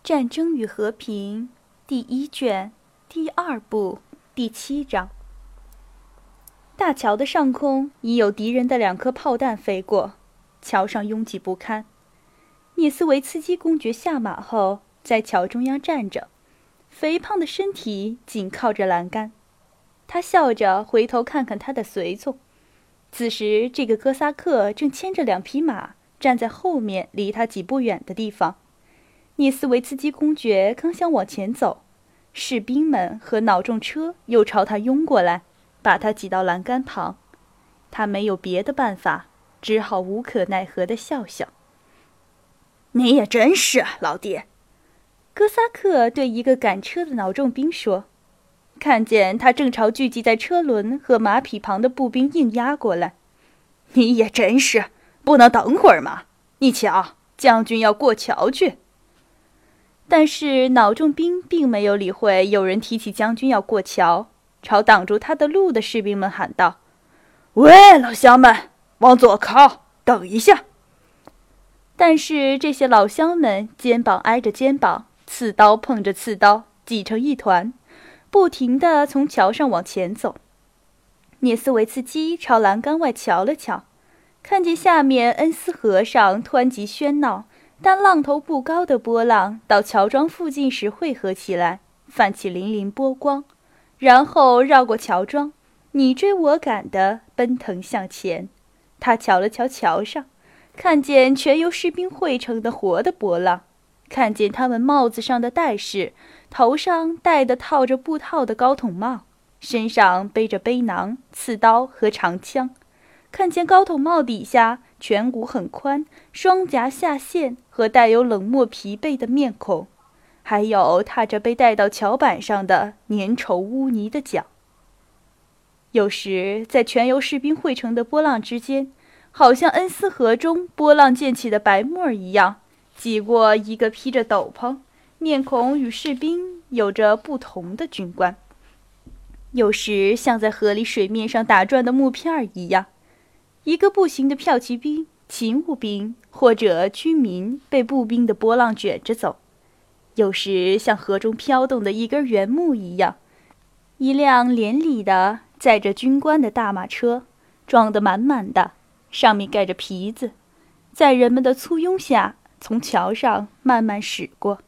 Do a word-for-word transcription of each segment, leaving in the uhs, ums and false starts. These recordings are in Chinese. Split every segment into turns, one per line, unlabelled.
战争与和平》第一卷第二部第七章。大桥的上空已有敌人的两颗炮弹飞过，桥上拥挤不堪。涅斯维茨基公爵下马后，在桥中央站着，肥胖的身体紧靠着栏杆。他笑着回头看看他的随从，此时这个哥萨克正牵着两匹马站在后面离他几步远的地方。涅斯维茨基公爵刚想往前走，士兵们和脑重车又朝他拥过来，把他挤到栏杆旁。他没有别的办法，只好无可奈何地笑笑。
你也真是，老弟。
哥萨克对一个赶车的脑重兵说，看见他正朝聚集在车轮和马匹旁的步兵硬压过来。
你也真是，不能等会儿吗？你瞧，将军要过桥去。
但是脑重兵并没有理会有人提起将军要过桥，朝挡住他的路的士兵们喊道：
喂，老乡们，往左靠，等一下。
但是这些老乡们肩膀挨着肩膀，刺刀碰着刺刀，挤成一团，不停地从桥上往前走。涅斯维茨基朝栏杆外瞧了瞧，看见下面恩斯河上湍急喧闹，但浪头不高的波浪到乔庄附近时汇合起来，泛起粼粼波光，然后绕过乔庄，你追我赶地奔腾向前。他瞧了瞧桥上，看见全由士兵汇成的活的波浪，看见他们帽子上的戴饰，头上戴的套着布套的高筒帽，身上背着背囊、刺刀和长枪，看见高筒帽底下颧骨很宽，双颊下陷和带有冷漠疲惫的面孔，还有踏着被带到桥板上的粘稠污泥的脚。有时在全由士兵汇成的波浪之间，好像恩斯河中波浪溅起的白沫一样，挤过一个披着斗篷、面孔与士兵有着不同的军官。有时像在河里水面上打转的木片一样，一个步行的骠骑兵、勤务兵或者居民被步兵的波浪卷着走。有时像河中飘动的一根圆木一样，一辆连里的载着军官的大马车，装得满满的，上面盖着皮子，在人们的簇拥下从桥上慢慢驶过。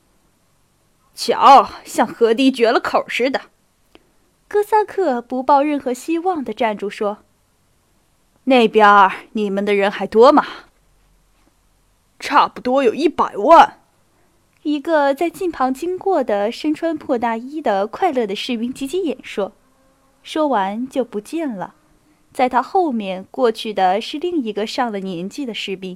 瞧，像河堤决了口似的。
哥萨克不抱任何希望地站住说，
那边你们的人还多吗？差不多有一百万。
一个在近旁经过的身穿破大衣的快乐的士兵挤挤眼说，说完就不见了。在他后面过去的是另一个上了年纪的士兵。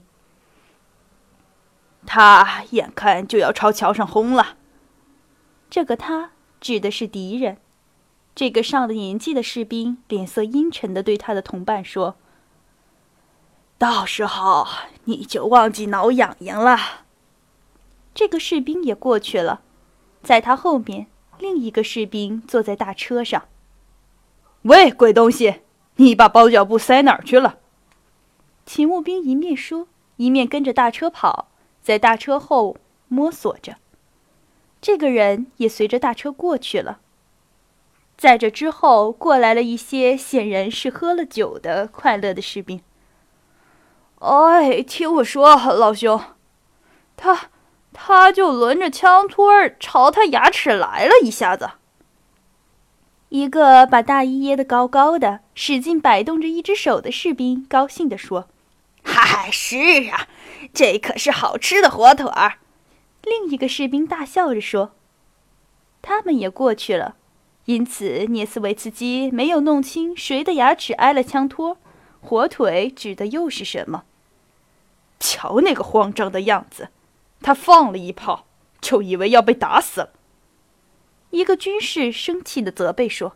他眼看就要朝桥上轰了。
这个他指的是敌人。这个上了年纪的士兵脸色阴沉地对他的同伴说，
到时候你就忘记挠痒痒了。
这个士兵也过去了，在他后面另一个士兵坐在大车上。
喂，鬼东西，你把包脚布塞哪儿去了？
勤务兵一面说，一面跟着大车跑，在大车后摸索着。这个人也随着大车过去了。在这之后过来了一些显然是喝了酒的快乐的士兵。
哎，听我说，老兄，他他就抡着枪托儿朝他牙齿来了一下子。
一个把大衣掖得高高的，使劲摆动着一只手的士兵高兴地说，
嗨，是啊，这可是好吃的火腿儿。
另一个士兵大笑着说，他们也过去了。因此涅斯维茨基没有弄清谁的牙齿挨了枪托，火腿指的又是什么。
瞧那个慌张的样子，他放了一炮，就以为要被打死了。
一个军士生气地责备说，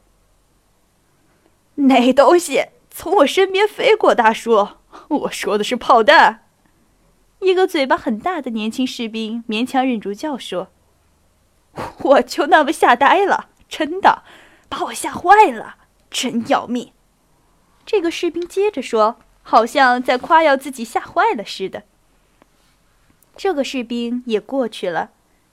那东西从我身边飞过，大叔，我说的是炮弹。
一个嘴巴很大的年轻士兵勉强忍住叫说，
我就那么吓呆了，真的把我吓坏了，真要命。
这个士兵接着说，好像在夸耀自己吓坏了似的。这个士兵也过去了，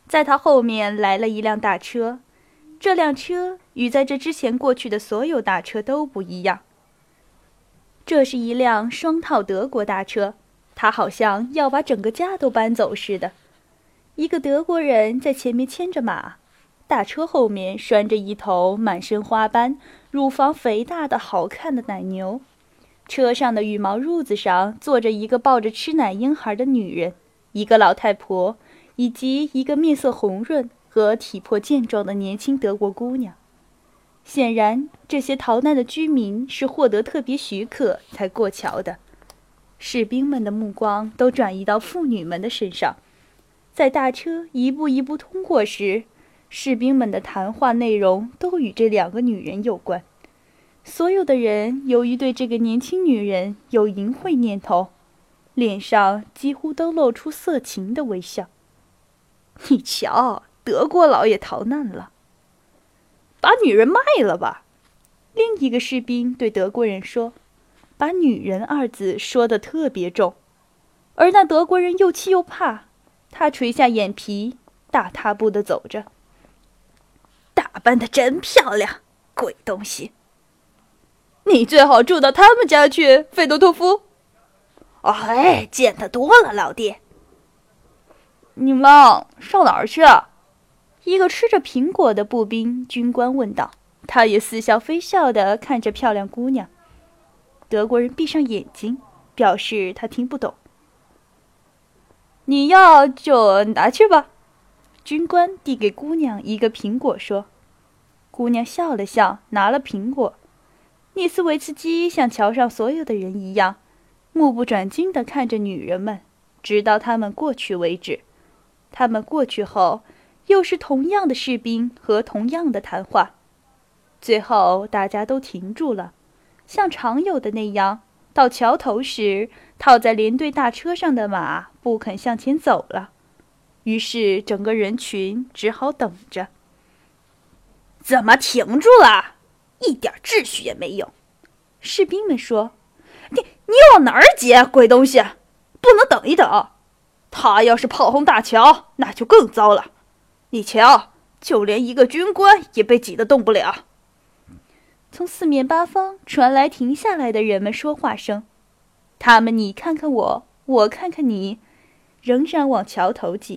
在他后面来了一辆大车，这辆车与在这之前过去的所有大车都不一样。这是一辆双套德国大车，它好像要把整个家都搬走似的。一个德国人在前面牵着马，大车后面拴着一头满身花斑、乳房肥大的好看的奶牛。车上的羽毛褥子上坐着一个抱着吃奶婴孩的女人，一个老太婆，以及一个面色红润和体魄健壮的年轻德国姑娘。显然，这些逃难的居民是获得特别许可才过桥的。士兵们的目光都转移到妇女们的身上。在大车一步一步通过时，士兵们的谈话内容都与这两个女人有关。所有的人由于对这个年轻女人有淫秽念头，脸上几乎都露出色情的微笑。你瞧，德国佬也逃难了。把女人卖了吧，另一个士兵对德国人说，把女人二字说得特别重。而那德国人又气又怕，他垂下眼皮，大踏步地走着。打扮得真漂亮，鬼东西！你最好住到他们家去，费多托夫。哎，见得多了，老弟。
你们上哪儿去？
一个吃着苹果的步兵军官问道，他也似笑非笑地看着漂亮姑娘。德国人闭上眼睛，表示他听不懂。
你要就拿去吧。
军官递给姑娘一个苹果说。姑娘笑了笑，拿了苹果。涅斯维茨基像桥上所有的人一样，目不转睛地看着女人们，直到他们过去为止。他们过去后，又是同样的士兵和同样的谈话。最后大家都停住了，像常有的那样，到桥头时，套在连队大车上的马不肯向前走了，于是整个人群只好等着。怎么停住了？一点秩序也没有。士兵们说，你你往哪儿挤，鬼东西，不能等一等。他要是炮轰大桥，那就更糟了。你瞧，就连一个军官也被挤得动不了。从四面八方传来停下来的人们说话声，他们你看看我，我看看你，仍然往桥头挤。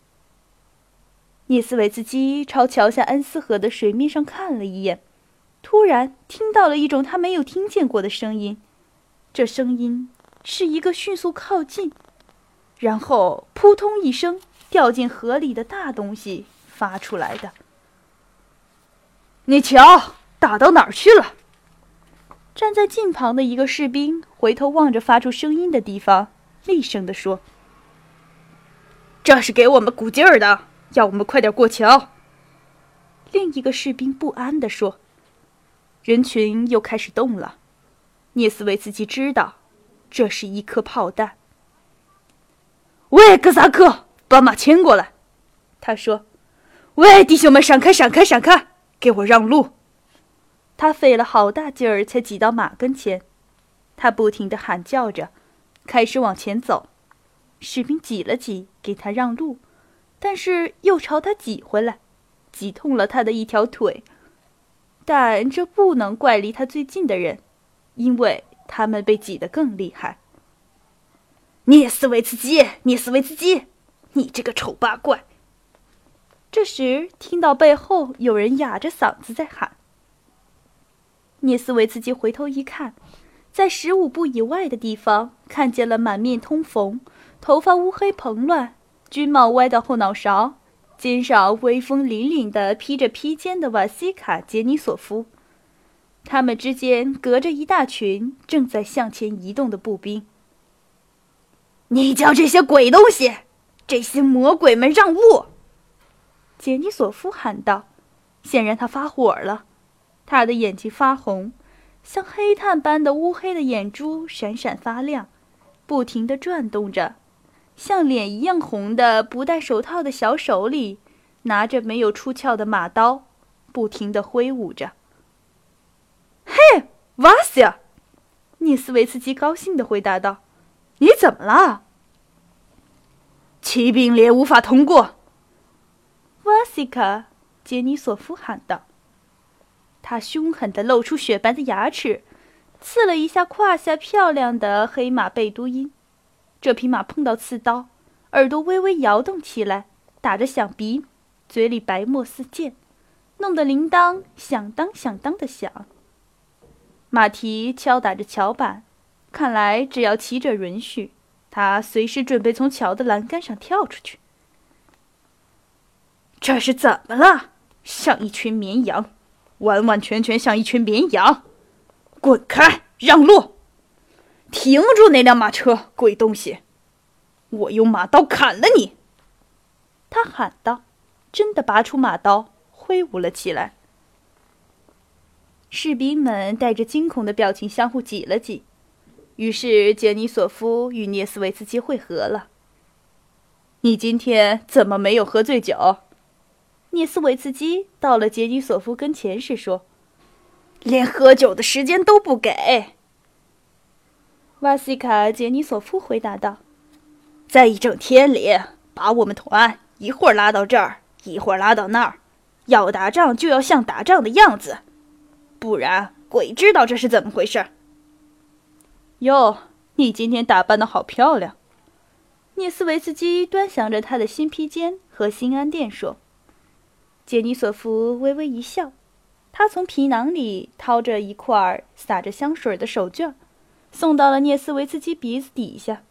涅斯维茨基朝桥下恩斯河的水面上看了一眼，突然听到了一种他没有听见过的声音。这声音是一个迅速靠近，然后扑通一声掉进河里的大东西发出来的。你瞧，打到哪儿去了？站在近旁的一个士兵回头望着发出声音的地方，厉声地说：这是给我们鼓劲儿的，要我们快点过桥。另一个士兵不安地说。人群又开始动了。涅斯维茨基知道，这是一颗炮弹。喂，哥萨克，把马牵过来，他说。喂，弟兄们，闪开，闪开，闪开，给我让路。他费了好大劲儿才挤到马跟前，他不停地喊叫着，开始往前走。士兵挤了挤，给他让路，但是又朝他挤回来，挤痛了他的一条腿。但这不能怪离他最近的人，因为他们被挤得更厉害。涅斯维茨基，涅斯维茨基，你这个丑八怪！这时听到背后有人哑着嗓子在喊。涅斯维茨基回头一看，在十五步以外的地方看见了满面通红、头发乌黑蓬乱、军帽歪到后脑勺、肩上威风凛凛地披着披肩的瓦西卡·杰尼索夫。他们之间隔着一大群正在向前移动的步兵。你叫这些鬼东西，这些魔鬼们让路！杰尼索夫喊道，显然他发火了，他的眼睛发红，像黑炭般的乌黑的眼珠闪闪发亮，不停地转动着，像脸一样红的不戴手套的小手里拿着没有出鞘的马刀，不停地挥舞着。嘿，瓦西亚！涅斯维茨基高兴地回答道，你怎么了？骑兵连无法通过。 西卡！杰尼索夫喊道。他凶狠地露出雪白的牙齿，刺了一下胯下漂亮的黑马贝都因。这匹马碰到刺刀，耳朵微微摇动起来，打着响鼻，嘴里白沫四溅，弄得铃铛响当响当的响。马蹄敲打着桥板，看来只要骑者允许，他随时准备从桥的栏杆上跳出去。这是怎么了？像一群绵羊，完完全全像一群绵羊！滚开，让路！停住那辆马车，鬼东西！我用马刀砍了你！他喊道，真的拔出马刀，挥舞了起来。士兵们带着惊恐的表情相互挤了挤，于是杰尼索夫与涅斯维茨基会合了。你今天怎么没有喝醉酒？涅斯维茨基到了杰尼索夫跟前时说，连喝酒的时间都不给。瓦西卡杰尼索夫回答道，在一整天里，把我们团一会儿拉到这儿，一会儿拉到那儿，要打仗就要像打仗的样子，不然鬼知道这是怎么回事。哟，你今天打扮得好漂亮。涅斯维茨基端详着他的新披肩和新鞍钿说。杰尼索夫微微一笑，他从皮囊里掏着一块撒着香水的手绢，送到了涅斯维茨基鼻子底下。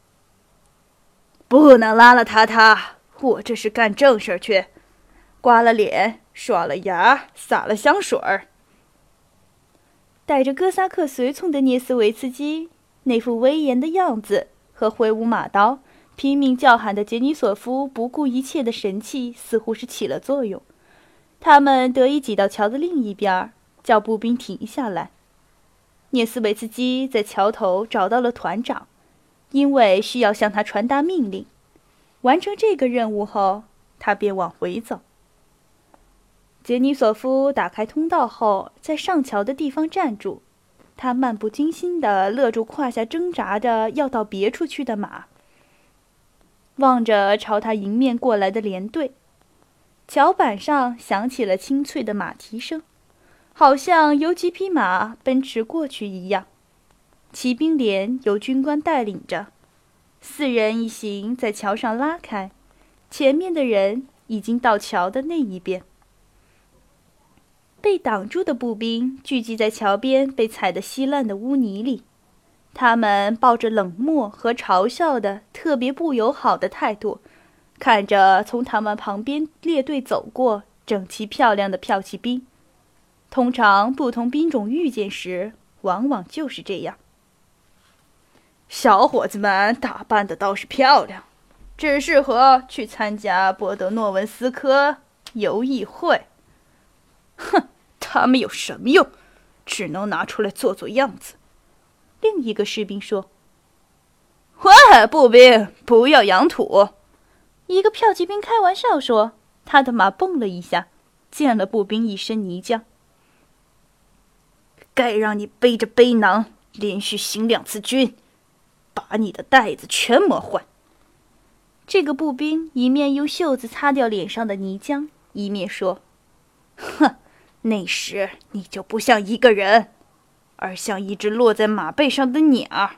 不能邋邋遢遢，我这是干正事去，刮了脸，刷了牙，撒了香水儿。带着哥萨克随从的涅斯维茨基那副威严的样子和挥舞马刀拼命叫喊的杰尼索夫不顾一切的神气似乎是起了作用，他们得以挤到桥的另一边，叫步兵停下来。涅斯维茨基在桥头找到了团长，因为需要向他传达命令。完成这个任务后，他便往回走。杰尼索夫打开通道后，在上桥的地方站住，他漫不经心地勒住胯下挣扎着要到别处去的马，望着朝他迎面过来的连队。桥板上响起了清脆的马蹄声，好像有几匹马奔驰过去一样。骑兵连由军官带领着，四人一行在桥上拉开，前面的人已经到桥的那一边。被挡住的步兵聚集在桥边被踩得稀烂的污泥里，他们抱着冷漠和嘲笑的特别不友好的态度，看着从他们旁边列队走过整齐漂亮的骠骑兵。通常不同兵种遇见时，往往就是这样。小伙子们打扮的倒是漂亮，只适合去参加博德诺文斯科游艺会。哼，他们有什么用？只能拿出来做做样子。另一个士兵说。喂，步兵，不要扬土！一个骠骑兵开玩笑说，他的马蹦了一下，溅了步兵一身泥浆。该让你背着背囊，连续行两次军，把你的带子全磨坏。这个步兵一面用袖子擦掉脸上的泥浆，一面说：哼，那时你就不像一个人，而像一只落在马背上的鸟。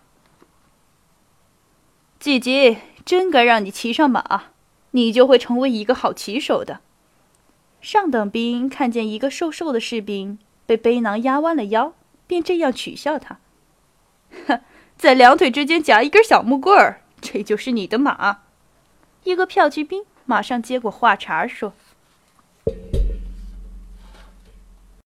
季吉，真该让你骑上马，你就会成为一个好骑手的。上等兵看见一个瘦瘦的士兵被背囊压弯了腰，便这样取笑他。哼，在两腿之间夹一根小木棍儿，这就是你的马。一个骠骑兵马上接过话茬说。